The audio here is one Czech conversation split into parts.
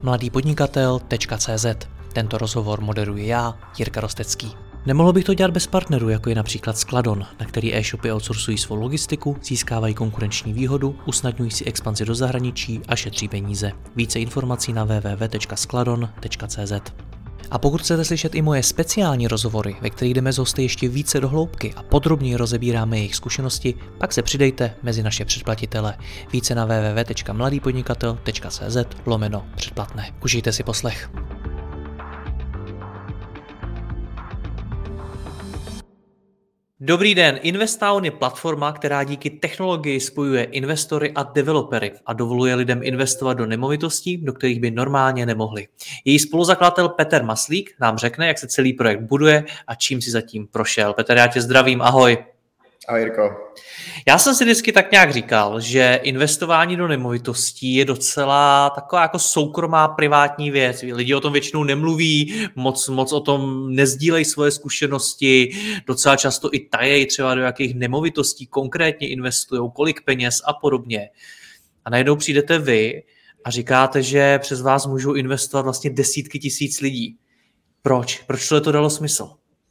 mladýpodnikatel.cz. Tento rozhovor moderuji já, Jirka Rostecký. Nemohl bych to dělat bez partnerů, jako je například Skladon, na který e-shopy outsourcují svou logistiku, získávají konkurenční výhodu, usnadňují si expanzi do zahraničí a šetří peníze. Více informací na www.skladon.cz. A pokud chcete slyšet i moje speciální rozhovory, ve kterých jdeme s hosty ještě více do hloubky a podrobněji rozebíráme jejich zkušenosti, pak se přidejte mezi naše předplatitele. Více na www.mladýpodnikatel.cz/předplatné. Užijte si poslech. Dobrý den, Investown je platforma, která díky technologii spojuje investory a developery a dovoluje lidem investovat do nemovitostí, do kterých by normálně nemohli. Její spoluzakladatel Petr Maslík nám řekne, jak se celý projekt buduje a čím si zatím prošel. Petr, já tě zdravím, ahoj. Ahoj, Jirko. Já jsem si vždycky tak nějak říkal, že investování do nemovitostí je docela taková jako soukromá privátní věc. Lidi o tom většinou nemluví, moc o tom nezdílejí svoje zkušenosti, docela často i tajejí třeba do jakých nemovitostí konkrétně investují, kolik peněz a podobně. A najednou přijdete vy a říkáte, že přes vás můžou investovat vlastně desítky tisíc lidí. Proč? Proč to dalo smysl?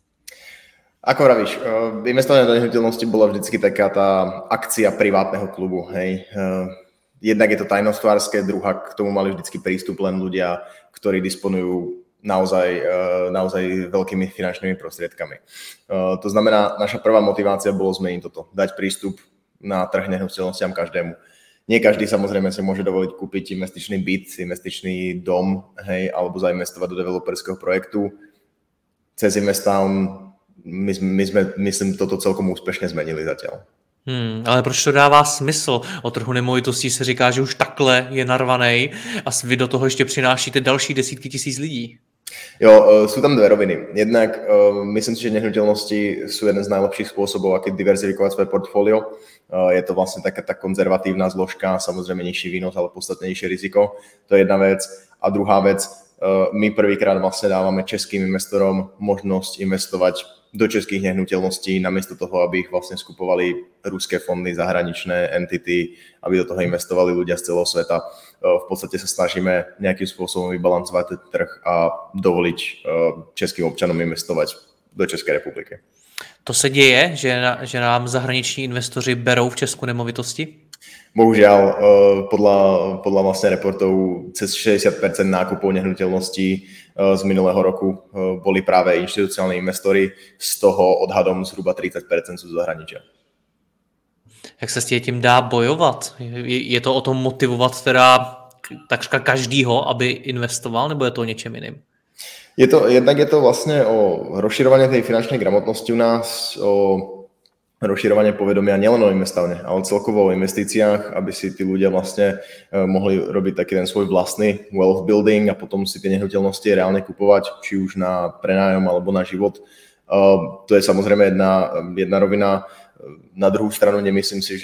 Ako vravíš, investovanie do nehnuteľnosti bola vždycky taká tá akcia privátneho klubu, hej. Jednak je to tajnostvárske, druhá k tomu mali vždycky prístup len ľudia, ktorí disponujú naozaj veľkými finančnými prostriedkami. To znamená, naša prvá motivácia bolo zmeniť toto, dať prístup na trh nehnuteľnostiam každému. Nie každý samozrejme si môže dovoliť kúpiť investičný byt, investičný dom, hej, alebo zainvestovať do developerského projektu. Cez Investown my sme, myslím, toto celkom úspešne zmenili zatiaľ. Ale proč to dává smysl? O trhu nemovitostí se říká, že už takhle je narvanej a vy do toho ještě přinášíte další desítky tisíc lidí. Jo, sú tam dve roviny. Jednak myslím si, že nehnuteľnosti sú jeden z najlepších spôsobov, aký diverzifikovať svoje portfólio. Je to vlastne taká tá konzervatívna zložka, samozrejme nižší výnos, ale podstatne nižšie riziko. To je jedna vec. A druhá vec, my prvýkrát vlastne dávame českým investorom možnosť investovať do českých nehnuteľností, namiesto toho, aby ich vlastne skupovali ruské fondy, zahraničné entity, aby do toho investovali ľudia z celého sveta. V podstate sa snažíme nejakým spôsobom vybalancovať ten trh a dovoliť českým občanom investovať do Českej republiky. To se děje, že nám zahraniční investoři berou v Česku nemovitosti? Bohužiaľ, podľa vlastne reportov cez 60% nákupov nehnuteľností z minulého roku boli práve inštitucionálni investori, z toho odhadom zhruba 30% sú z zahraničia. Jak se s tím dá bojovat? Je to o tom motivovat teda takřka každýho, aby investoval, nebo je to o něčem jiným? Jednak je to vlastne o rozširovanie tej finančnej gramotnosti u nás, o rozširovanie povedomia nielen o Investovne, ale celkovo o investíciách, aby si tí ľudia vlastne mohli robiť taký ten svoj vlastný wealth building a potom si tie nehnuteľnosti reálne kupovať, či už na prenájom alebo na život. To je samozrejme jedna rovina. Na druhú stranu nemyslím si,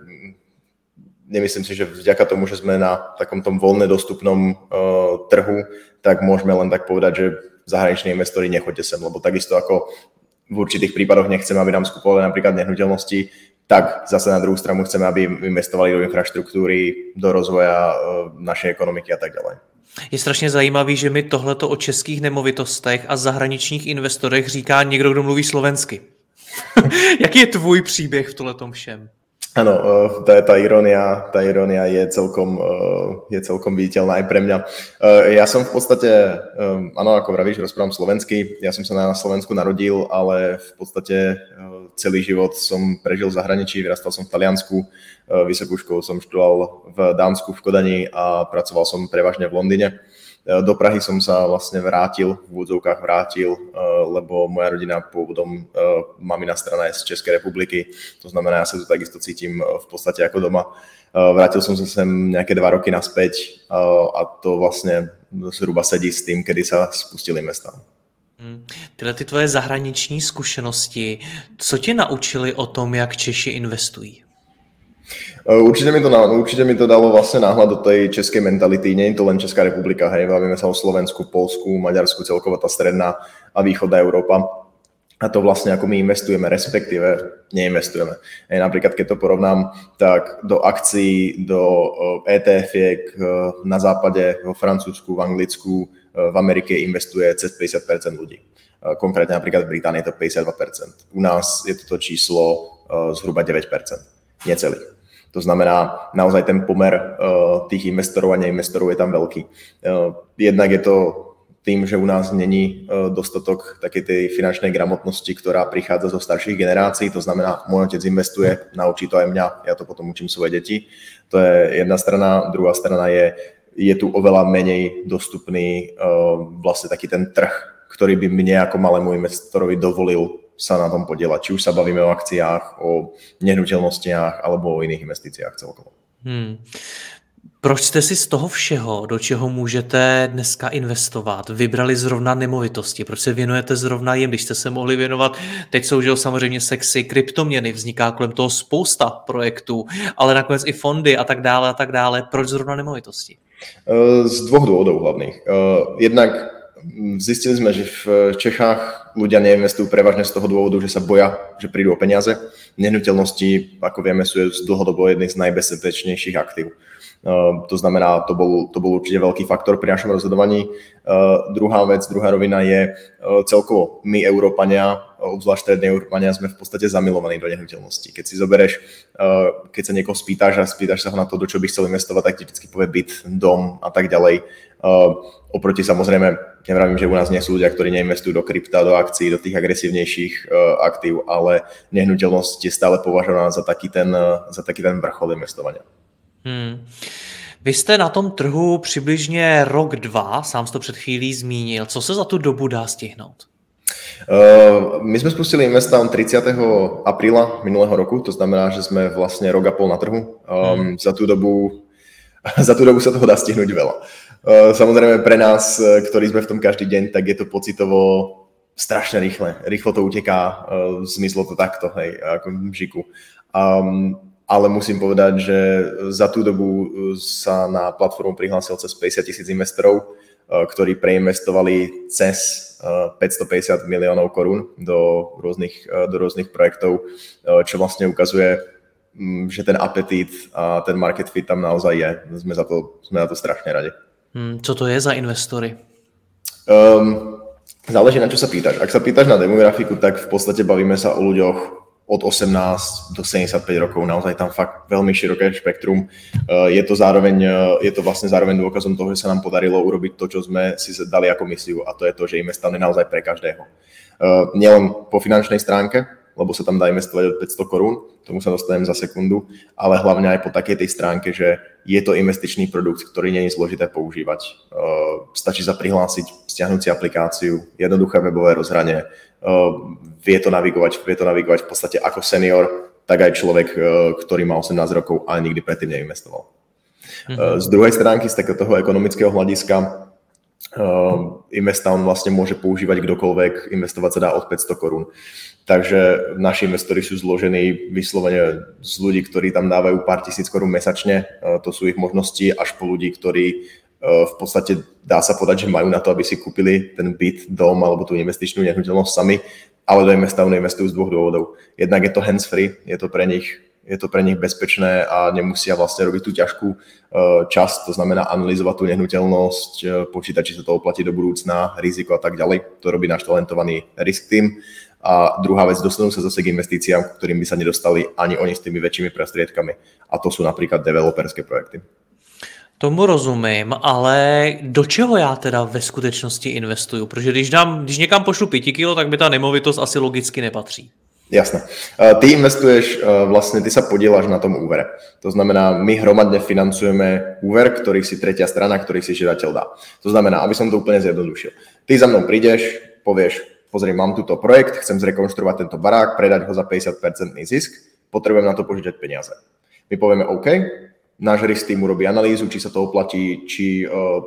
že vďaka tomu, že sme na takom tom voľne dostupnom trhu, tak môžeme len tak povedať, že zahraniční investori nechoďte sem, lebo takisto ako v určitých prípadoch nechceme, aby nám skupovali napríklad nehnuteľnosti, tak zase na druhú stranu chceme, aby investovali do infraštruktúry, do rozvoja našej ekonomiky a tak ďalej. Je strašně zajímavý, že mi tohleto o českých nemovitostech a zahraničních investorech říká někdo, kdo mluví slovensky. Jaký je tvůj příběh v tomhletom všem? Áno, tá irónia je celkom viditeľná aj pre mňa. Ja som v podstate, áno, ako vravíš, rozprávam slovensky. Ja som sa na Slovensku narodil, ale v podstate celý život som prežil v zahraničí, vyrastal som v Taliansku, vysokú školu som študoval v Dánsku, v Kodani a pracoval som prevažne v Londýne. Do Prahy som sa vlastne vrátil, lebo moja rodina pôvodom, mamina strana je z Českej republiky, to znamená, ja sa tu takisto cítim v podstate ako doma. Vrátil som sa sem nejaké 2 roky naspäť a to vlastne zhruba sedí s tým, kedy sa spustili mesta. Tyhle ty tvoje zahraniční zkušenosti, co tě naučili o tom, jak Češi investují? Určite mi to dalo vlastne náhľad do tej českej mentality. Nie je to len Česká republika, hej, bavíme sa o Slovensku, Poľsku, Maďarsku, celkovo tá stredná a východná Európa. a to vlastne ako my investujeme, respektíve neinvestujeme. Napríklad, keď to porovnám, tak do akcií, do ETF-iek na západe, vo Francúzsku, v Anglicku, v Amerike investuje cez 50% ľudí. Konkrétne napríklad v Británii je to 52%. U nás je toto číslo zhruba 9%, necelý. To znamená, naozaj ten pomer tých investorov a neinvestorov je tam veľký. Jednak je to tým, že u nás není dostatok takej tej finančnej gramotnosti, ktorá prichádza zo starších generácií, to znamená, môj otec investuje, naučí to aj mňa, ja to potom učím svoje deti. To je jedna strana, druhá strana je tu oveľa menej dostupný vlastne taký ten trh, ktorý by mne ako malému investorovi dovolil sa na tom podielať. Či už sa bavíme o akciách, o nehnuteľnostiach alebo o iných investíciách celkovo. Proč jste si z toho všeho, do čeho můžete dneska investovat, vybrali zrovna nemovitosti? Proč se věnujete zrovna jim, když jste se mohli věnovat? Teď jsou že samozřejmě sexy kryptoměny, vzniká kolem toho spousta projektů, ale nakonec i fondy a tak dále a tak dále. Proč zrovna nemovitosti? Z dvoch dôvodov hlavných. Jednak zistili sme, že v Čechách ľudia neinvestujú prevažne z toho dôvodu, že sa boja, že prídu o peniaze. Nehnuteľnosti, ako vieme, sú z dlhodobo jedných z najbezpečnejších aktív. To znamená, to bol určite veľký faktor pri našom rozhodovaní. Druhá vec, druhá rovina je celkovo my Európania, obzvlášť strední Európania, sme v podstate zamilovaní do nehnuteľností. Keď si zobereš, keď sa niekoho spýtaš sa ho na to, do čo by chcel investovať, tak ti vždycky povie byt, dom a tak ďalej. Oproti samozrejme, nevravím, že u nás nie sú ľudia, ktorí neinvestujú do krypta, do akcií, do tých agresívnejších aktív, ale nehnuteľnosť je stále považovaná za taký ten vrchol investovania. Vy jste na tom trhu přibližně rok, dva, sám jste to před chvílí zmínil. Co se za tu dobu dá stihnout? My sme spustili Investown 30. apríla minulého roku, to znamená, že sme vlastne rok a pol na trhu. Za tú dobu sa toho dá stihnúť veľa. Samozrejme pre nás, ktorí sme v tom každý deň, tak je to pocitovo strašne rýchle. Rýchlo to uteká, zmyslo to takto, hej, ako v žiku. Ale musím povedať, že za tú dobu sa na platformu prihlásil cez 50,000 investorov, ktorí preinvestovali cez 550 miliónov korún do rôznych projektov, čo vlastne ukazuje, že ten apetít a ten market fit tam naozaj je. Sme na to strašne radi. Co to je za investory? Záleží, na čo sa pýtaš. Ak sa pýtaš na demografiku, tak v podstate bavíme sa o ľuďoch od 18 do 75 rokov, naozaj tam fakt veľmi široké spektrum. Je to vlastne zároveň dôkazom toho, že sa nám podarilo urobiť to, čo sme si dali ako misiu, a to je to, že Investown je naozaj pre každého. Nielen po finančnej stránke, lebo sa tam dá investovať od 500 korún, tomu sa dostanem za sekundu, ale hlavne aj po takej tej stránke, že je to investičný produkt, ktorý nie je zložité používať. Stačí sa prihlásiť, stiahnuť si aplikáciu, jednoduché webové rozhranie, vie to navigovať v podstate ako senior, tak aj človek, ktorý má 18 rokov, ale nikdy predtým neinvestoval. Z druhej stránky, z takého toho ekonomického hľadiska, Investown vlastne môže používať kdokoľvek, investovať sa dá od 500 korún. Takže naši investori sú zložení vyslovene z ľudí, ktorí tam dávajú pár tisíc korún mesačne, to sú ich možnosti, až po ľudí, ktorí v podstate dá sa povedať, že majú na to, aby si kúpili ten byt, dom alebo tú investičnú nehnuteľnosť sami, ale do Investownu investujú z dvoch dôvodov. Jednak je to hands-free, je to pre nich bezpečné a nemusia vlastne robiť tú ťažkú časť, to znamená analyzovať tú nehnuteľnosť, počítať, či sa to oplatí do budúcna, riziko a tak ďalej. To robí náš talentovaný risk team. A druhá vec, dostanú sa zase k investíciám, ktorým by sa nedostali ani oni s tými väčšími prostriedkami. A to sú napríklad developerské projekty. Tomu rozumím, ale do čeho já teda ve skutečnosti investuju? Protože když někam pošlu 5 kilo, tak by ta nemovitost asi logicky nepatří. Jasné. Ty investuješ, vlastne ty sa podieľaš na tom úvere. To znamená, my hromadne financujeme úver, ktorý si tretia strana, ktorý si žiadateľ dá. To znamená, aby som to úplne zjednodušil. Ty za mnou prídeš, povieš, pozri, mám túto projekt, chcem zrekonštruovať tento barák, predať ho za 50% zisk, potrebujem na to požičať peniaze. My povieme OK, náš risk team urobí analýzu, či sa to oplatí, či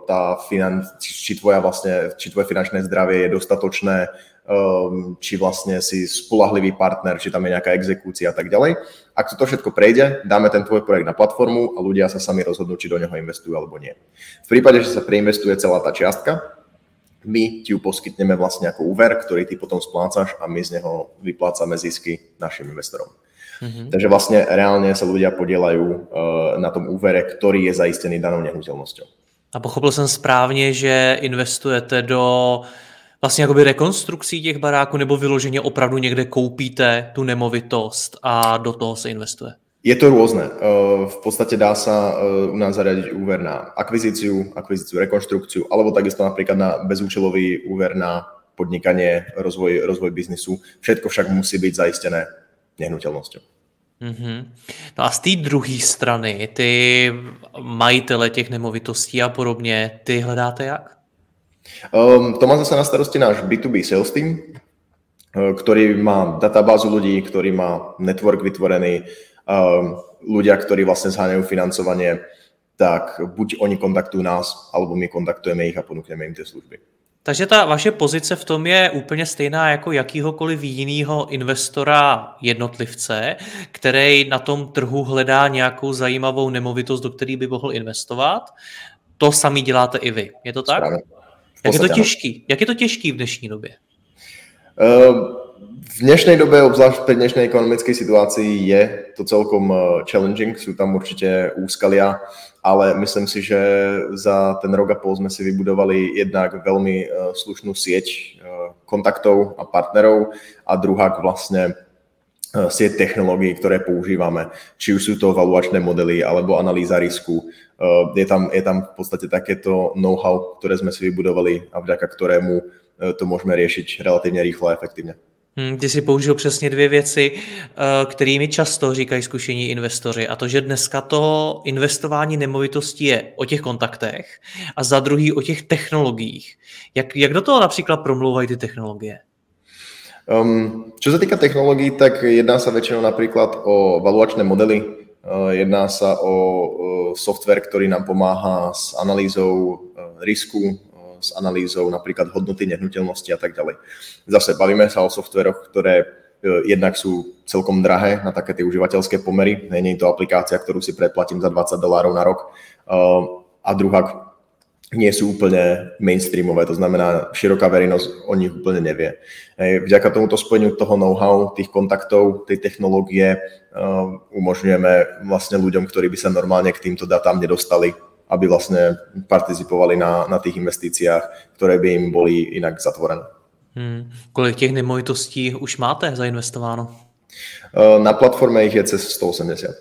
tvoje finančné zdravie je dostatočné, či vlastne si spoľahlivý partner, či tam je nejaká exekúcia a tak ďalej. Ak to všetko prejde, dáme ten tvoj projekt na platformu a ľudia sa sami rozhodnú, či do neho investujú alebo nie. V prípade, že sa preinvestuje celá tá čiastka, my ti ju poskytneme vlastne ako úver, ktorý ty potom splácaš a my z neho vyplácame zisky našim investorom. Takže vlastne reálne sa ľudia podielajú na tom úvere, ktorý je zaistený danou nehnuteľnosťou. A pochopil jsem správně, že investujete do vlastně jakoby rekonstrukcí těch baráků nebo vyloženě opravdu někde koupíte tu nemovitost a do toho se investuje? Je to rôzne. V podstate dá sa u nás zariadiť úver na akvizíciu, rekonštrukciu, alebo takisto napríklad na bezúčelový úver na podnikanie, rozvoj biznisu. Všetko však musí byť zaistené nehnuteľnosťou. No a z té druhé strany, ty majitele těch nemovitostí a podobně, ty hledáte jak? To má zase na starosti náš B2B sales team, ktorý má databázu ľudí, ktorý má network vytvorený, ľudia, ktorí vlastne zháňajú financovanie, tak buď oni kontaktujú nás, alebo my kontaktujeme ich a ponúkneme im tie služby. Takže ta vaše pozice v tom je úplně stejná jako jakýhokoliv jiného investora jednotlivce, který na tom trhu hledá nějakou zajímavou nemovitost, do které by mohl investovat. To sami děláte i vy. Je to tak? Správne. Jak je to těžký? Jak je to těžký v dnešní době? V dnešnej dobe, obzvlášť pri dnešnej ekonomickej situácii, je to celkom challenging, sú tam určite úskalia, ale myslím si, že za ten rok a pol sme si vybudovali jednak veľmi slušnú sieť kontaktov a partnerov a druhák vlastne sieť technológií, ktoré používame. Či už sú to valuačné modely alebo analýza risku. Je tam v podstate takéto know-how, ktoré sme si vybudovali a vďaka ktorému to môžeme riešiť relatívne rýchlo a efektívne. Ty si použil přesně dvě věci, kterými často říkají zkušení investoři, a to, že dneska to investování nemovitostí je o těch kontaktech a za druhý o těch technologiích. Jak do toho například promlouvají ty technologie? Čo sa týka technológií, tak jedná sa väčšinou napríklad o valuačné modely, jedná sa o software, ktorý nám pomáha s analýzou risku, s analýzou napríklad hodnoty nehnuteľnosti a tak ďalej. Zase bavíme sa o softveroch, ktoré jednak sú celkom drahé na také tie užívateľské pomery. Nie je to aplikácia, ktorú si predplatím za $20 na rok. A druhá, nie sú úplne mainstreamové, to znamená, široká verejnosť o nich úplne nevie. Vďaka tomuto spojeniu toho know-how, tých kontaktov, tej technológie umožňujeme vlastne ľuďom, ktorí by sa normálne k týmto datám nedostali, aby vlastne participovali na tých investíciách, ktoré by im boli inak zatvorené. Kolik těch nemovitostí už máte zainvestováno? Na platforme ich je cez 180.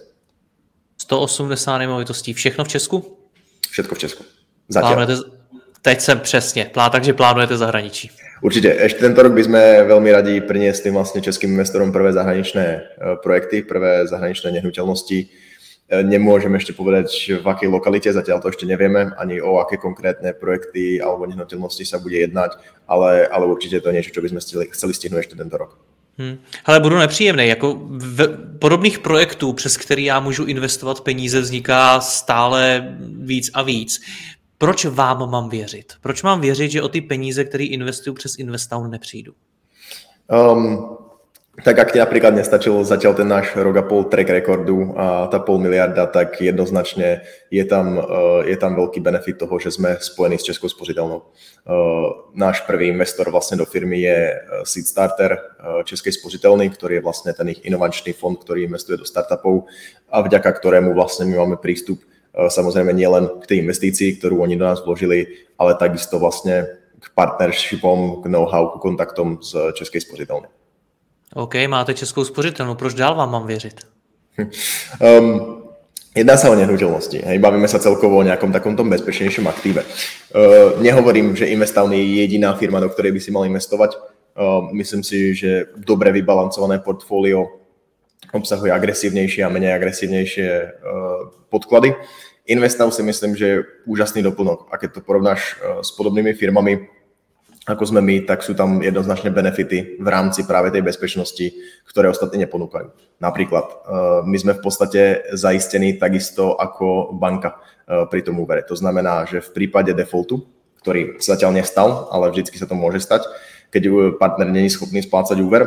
180 nemovitostí. Všechno v Česku? Všetko v Česku. Zatiaľ. Teď jsem přesně. Takže plánujete zahraničí. Určite. Ešte tento rok by sme veľmi radi priniesli vlastne českým investorom prvé zahraničné projekty, prvé zahraničné nehnuteľnosti. Nemôžem ešte povedať, v akej lokalite, zatiaľ to ešte nevieme, ani o aké konkrétne projekty alebo nehnuteľnosti sa bude jednať, ale určite to je niečo, čo by sme chceli stihnúť ešte tento rok. Ale budu nepříjemný. Jako podobných projektů, přes který já můžu investovat peníze, vzniká stále víc a víc. Proč vám mám věřit? Proč mám věřit, že o ty peníze, které investuju přes Investown, nepřijdu? Tak ak ti napríklad nestačil zatiaľ ten náš rok a pol track recordu a tá 500 miliarda, tak jednoznačne je tam veľký benefit toho, že sme spojení s Českou spořiteľnou. Náš prvý investor vlastne do firmy je Seedstarter Českej spořiteľny, ktorý je vlastne ten ich inovačný fond, ktorý investuje do startupov a vďaka ktorému vlastne my máme prístup samozrejme nielen k tej investícii, ktorú oni do nás vložili, ale takisto vlastne k partnershipom, k know-how, k kontaktom z Českej spořiteľny. OK, máte Českou spořitelnu, proč dál vám mám věřit? Jedná sa o nehnuteľnosti. Bavíme sa celkovo o nejakom takomto bezpečnejšom aktíve. Nehovorím, že Investown je jediná firma, do ktorej by si mal investovať. Myslím si, že dobre vybalancované portfólio obsahuje agresívnejšie a menej agresívnejšie podklady. Investown si myslím, že je úžasný doplnok. A keď to porovnáš s podobnými firmami, ako sme my, tak sú tam jednoznačné benefity v rámci práve tej bezpečnosti, ktoré ostatní neponúkajú. Napríklad, my sme v podstate zaistení takisto ako banka pri tom úvere. To znamená, že v prípade defaultu, ktorý sa zatiaľ nestal, ale vždycky sa to môže stať, keď partner nie je schopný splácať úver,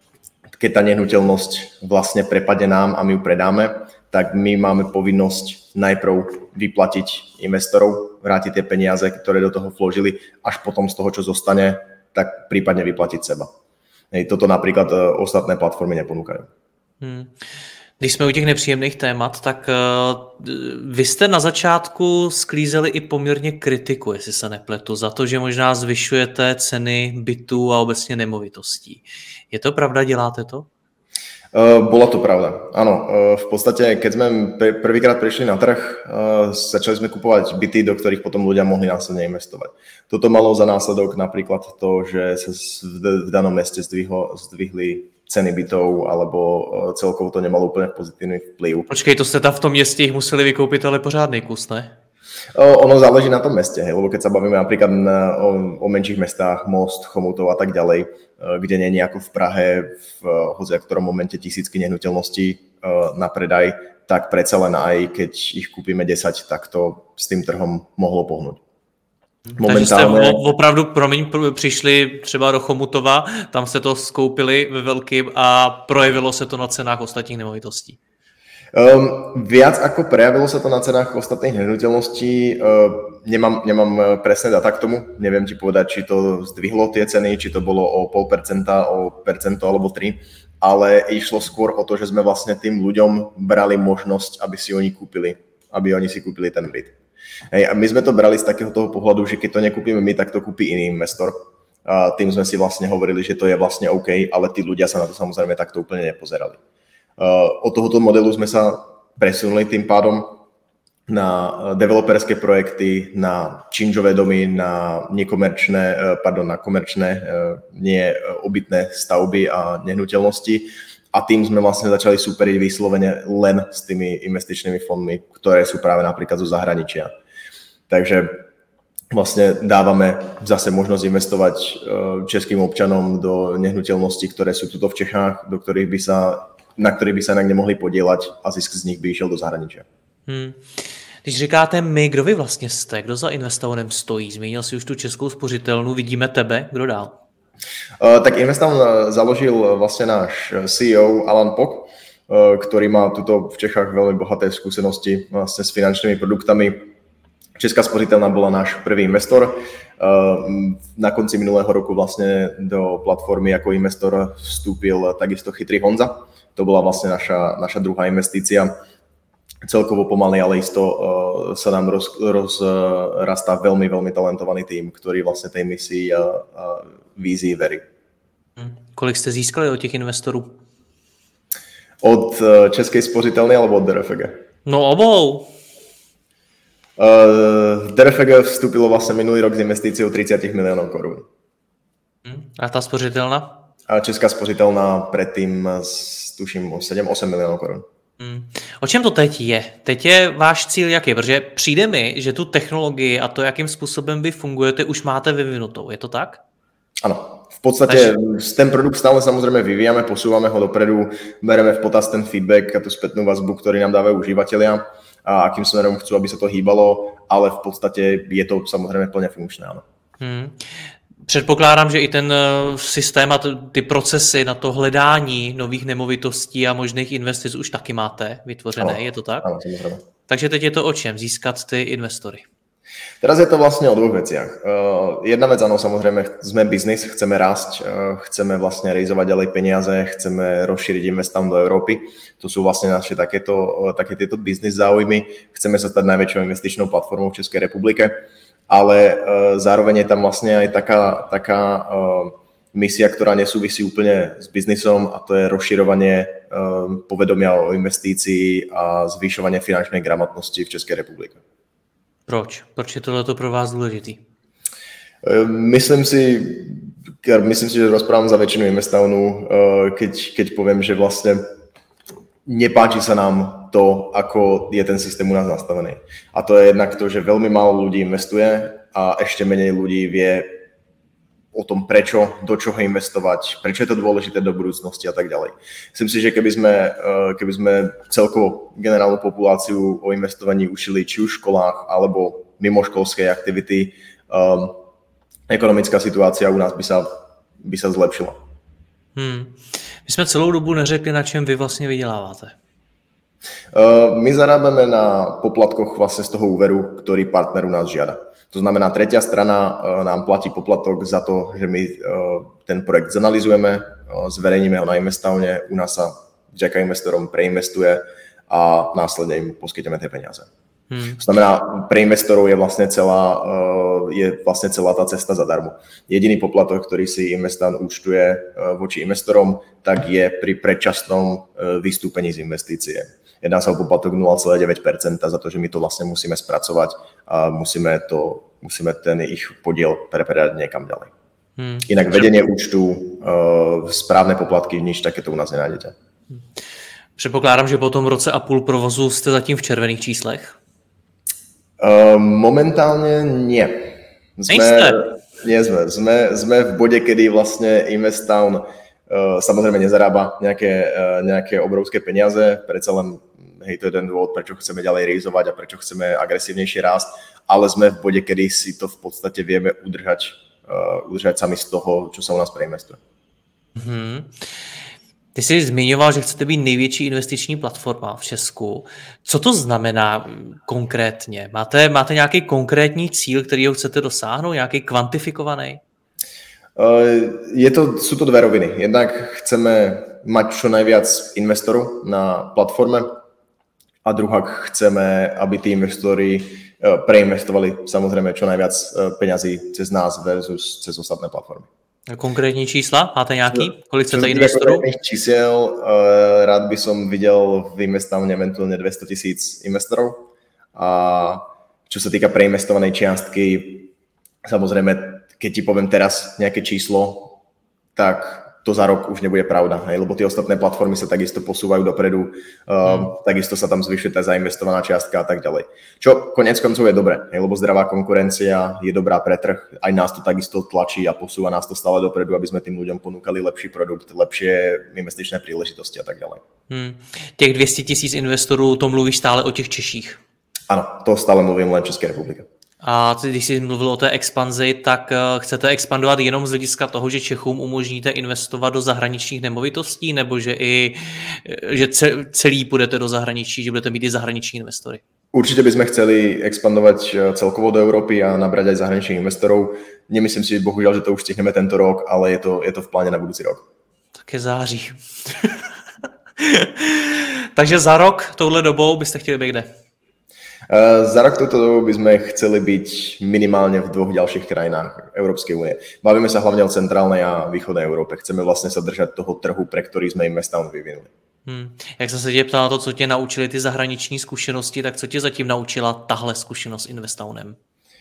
keď tá nehnuteľnosť vlastne prepadne nám a my ju predáme, tak my máme povinnosť najprv vyplatiť investorov, vrátiť tie peniaze, ktoré do toho vložili, až potom z toho, čo zostane, tak prípadne vyplatiť seba. Toto napríklad ostatné platformy neponúkajú. Když jsme u těch nepříjemných témat, tak vy jste na začátku sklízeli i poměrně kritiku, jestli se nepletu, za to, že možná zvyšujete ceny bytů a obecně nemovitostí. Je to pravda, děláte to? Bola to pravda, áno. V podstate, keď sme prvýkrát prišli na trh, začali sme kupovať byty, do ktorých potom ľudia mohli následne investovať. Toto malo za následok napríklad to, že sa v danom meste zdvihli ceny bytov, alebo celkovo to nemalo úplne pozitívny vplyv. Počkej, to ste tam v tom městě ich museli vykúpiť, ale pořádnej kus, ne? Ono záleží na tom meste, lebo keď sa bavíme napríklad o menších mestách, Most, Chomutov a tak ďalej, kde nie je ako v Prahe v ktorom momente tisícky nehnuteľností na predaj, tak predsa len aj keď ich kúpime 10, tak to s tým trhom mohlo pohnúť. Takže jste opravdu, přišli třeba do Chomutova, tam jste to skoupili ve velkým a projevilo se to na cenách ostatních nemovitostí. Viac ako prejavilo sa to na cenách ostatných nehnuteľností, nemám presné data k tomu, neviem ti povedať, či to zdvihlo tie ceny, či to bolo o 0,5%, o percento alebo 3%, ale išlo skôr o to, že sme vlastne tým ľuďom brali možnosť, aby oni si kúpili ten byt. Hej, a my sme to brali z takého toho pohľadu, že keď to nekúpime my, tak to kúpi iný investor. A tým sme si vlastne hovorili, že to je vlastne OK, ale tí ľudia sa na to samozrejme takto úplne nepozerali. Od tohoto modelu sme sa presunuli tým pádom na developerské projekty, na činžové domy, na komerčné, nie obytné stavby a nehnuteľnosti. A tým sme vlastne začali superiť vyslovene len s tými investičnými fondmi, ktoré sú práve napríklad zo zahraničia. Takže vlastne dávame zase možnosť investovať českým občanom do nehnuteľností, ktoré sú tuto v Čechách, na ktorých by sa inak nemohli podieľať a zisk z nich by išiel do zahraničia. Když říkáte my, kdo vy vlastně jste? Kdo za Investonem stojí? Zmínil si už tu Českou spořitelnu, vidíme tebe, kdo dál? Tak Investown založil vlastne náš CEO Alan Pok, ktorý má tuto v Čechách veľmi bohaté skúsenosti vlastne s finančnými produktami. Česká spořitelna bola náš prvý investor. Na konci minulého roku vlastne do platformy ako investor vstúpil takisto Chytrý Honza. To bola vlastne naša druhá investícia. Celkovo pomaly, ale isto sa nám rozrastá veľmi, veľmi talentovaný tým, ktorý vlastne tej misii a vízii verí. Kolik ste získali od těch investorů? Od Českej spořitelny alebo od DRFG? No obou. DRFG vstúpilo vlastne minulý rok s investíciou 30 miliónov korún. A tá spořitelna? A Česká spořitelna predtým tuším 7-8 miliónov korún. O čem to teď je? Teď je váš cíl jaký? Protože přijde mi, že tu technologii a to, jakým způsobem vy fungujete, už máte vyvinutou. Je to tak? Áno. V podstate ten produkt stále samozrejme vyvíjame, posúvame ho dopredu, bereme v potaz ten feedback a tú spätnú vazbu, ktorý nám dávajú užívateľia a akým smerom chcú, aby sa to hýbalo, ale v podstate je to samozrejme plne funkčné. Áno. Předpokládám, že i ten systém a ty procesy na to hledání nových nemovitostí a možných investic už taky máte vytvořené, je to tak? Áno, samozrejme. Takže teď je to o čem? Získat ty investory. Teraz je to vlastne o dvoch veciach. Jedna vec, áno, samozrejme, sme biznis, chceme rásť, chceme vlastne realizovať ďalej peniaze, chceme rozšíriť Investown do Európy. To sú vlastne naše také tieto biznis záujmy. Chceme sa stať najväčšou investičnou platformou v Českej republike, ale zároveň je tam vlastne aj taká misia, ktorá nesúvisí úplne s biznisom, a to je rozširovanie povedomia o investícii a zvyšovanie finančnej gramotnosti v Českej republike. Proč? Proč je tohleto pro vás důležitý? Myslím si, že rozprávam za väčšinu Investownu, keď poviem, že vlastne nepáči sa nám to, ako je ten systém u nás nastavený. A to je jednak to, že veľmi málo ľudí investuje a ešte menej ľudí vie o tom, prečo, do čoho investovať, prečo je to dôležité do budúcnosti a tak ďalej. Myslím si, že keby sme celkovo generálnu populáciu o investovaní učili či už v školách alebo mimoškolskej aktivity, ekonomická situácia u nás by sa zlepšila. My jsme celou dobu neřekli, na čem vy vlastně vyděláváte. My zarábame na poplatkoch vlastne z toho úveru, ktorý partner u nás žiada. To znamená, tretia strana nám platí poplatok za to, že my ten projekt zanalizujeme, zverejníme ho na Investowne, u nás sa vďaka investorom preinvestuje a následne im poskytneme tie peniaze. To znamená, pre investorov je vlastne celá tá cesta zadarmo. Jediný poplatok, ktorý si Investown účtuje voči investorom, tak je pri predčasnom vystúpení z investície. Jedná sa o poplatok 0,9% za to, že my to vlastne musíme spracovať a musíme ten ich podiel prepredať niekam ďalej. Inak vedenie účtu, správne poplatky, nič takéto u nás nenájdete. Předpokládám, že po tom roce a půl provozu jste zatím v červených číslech? Momentálne nie. Sme v bode, kedy vlastne Investown samozrejme nezarába nejaké obrovské peniaze, predsa len hej, to je ten dôvod, prečo chceme ďalej realizovať a prečo chceme agresívnejšie rásť, ale sme v bode, kedy si to v podstate vieme udržať sami z toho, čo sa u nás preinvestuje. Ty jsi zmiňoval, že chcete být největší investiční platforma v Česku. Co to znamená konkrétně? Máte nějaký konkrétní cíl, který ho chcete dosáhnout? Nějaký kvantifikovaný? Sú to dve roviny. Jednak chceme mať čo najviac investorov na platforme a druhak chceme, aby tí investori preinvestovali samozrejme čo najviac peňazí cez nás versus cez ostatné platformy. Konkrétní čísla? Máte nějaký? Kolik chcete investorů? Čísel, rád by som videl v Investowne eventuálne 200 000 investorov. A čo sa týka preinvestovanej čiastky, samozrejme, keď ti poviem teraz nejaké číslo, tak to za rok už nebude pravda, hej? Lebo tie ostatné platformy sa takisto posúvajú dopredu, takisto sa tam zvyšuje tá zainvestovaná čiastka a tak ďalej. Čo konec koncov je dobré, hej? Lebo zdravá konkurencia je dobrá pre trh, aj nás to takisto tlačí a posúva nás to stále dopredu, aby sme tým ľuďom ponúkali lepší produkt, lepšie investičné príležitosti a tak ďalej. Těch 200 000 investorů, to mluvíš stále o těch Češích? Áno, to stále mluvím len České republike. A když jsi mluvil o té expanzi, tak chcete expandovat jenom z hlediska toho, že Čechům umožníte investovat do zahraničních nemovitostí, nebo že celý půjdete do zahraničí, že budete mít i zahraniční investory? Určite by sme chceli expandovať celkovo do Európy a nabrať aj zahraničných investorov. Nemyslím si, bohužiaľ, že to už stihneme tento rok, ale je to v pláne na budúci rok. Tak je září. Takže za rok touhle dobou byste chtěli být kde? Za rok touto dobou by sme chceli byť minimálne v 2 ďalších krajinách Európskej únie. Bavíme sa hlavne o centrálnej a východnej Európe. Chceme vlastne sa držať toho trhu, pre ktorý sme Investown vyvinuli. Jak jsem se tě ptal na to, co tě naučili ty zahraniční zkušenosti, tak co tě zatím naučila tahle zkušenosť s Investownem?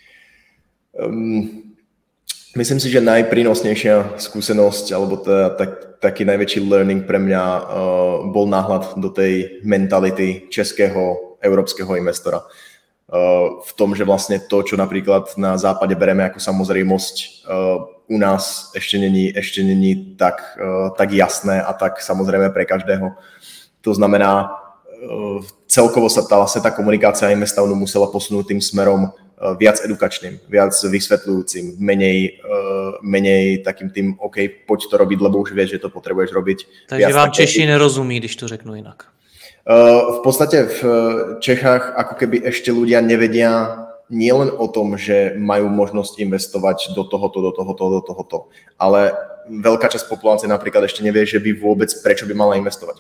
Myslím si, že najprínosnejšia skúsenosť alebo taký najväčší learning pre mňa bol náhľad do tej mentality českého európskeho investora. V tom, že vlastne to, čo napríklad na západe bereme ako samozrejmosť, u nás ešte není tak jasné a tak samozrejme pre každého. To znamená, celkovo sa tá komunikácia Investownu musela posunúť tým smerom viac edukačným, viac vysvetľujúcim, menej takým tým, OK, poď to robiť, lebo už vieš, že to potrebuješ robiť. Takže vám Češi nerozumí, když to řeknu inak. V podstate v Čechách ako keby ešte ľudia nevedia nielen o tom, že majú možnosť investovať do tohoto, ale veľká časť populácie napríklad ešte nevie, že by vôbec prečo by mala investovať.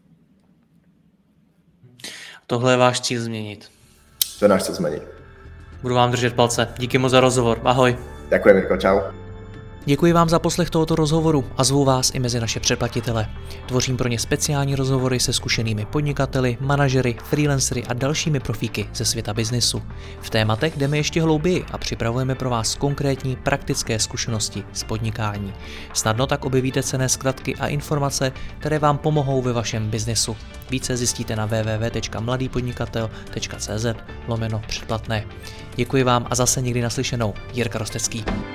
Tohle je váš cíl změnit. To je náš cíl změnit. Budu vám držet palce. Díky moc za rozhovor. Ahoj. Ďakujem, Mirko. Čau. Děkuji vám za poslech tohoto rozhovoru a zvu vás i mezi naše předplatitele. Tvořím pro ně speciální rozhovory se zkušenými podnikateli, manažery, freelancery a dalšími profíky ze světa biznisu. V tématech jdeme ještě hlouběji a připravujeme pro vás konkrétní praktické zkušenosti z podnikání. Snadno tak objevíte cenné zkratky a informace, které vám pomohou ve vašem biznesu. Více zjistíte na www.mladýpodnikatel.cz/předplatné. Děkuji vám a zase někdy naslyšenou. Jirka Rostecký.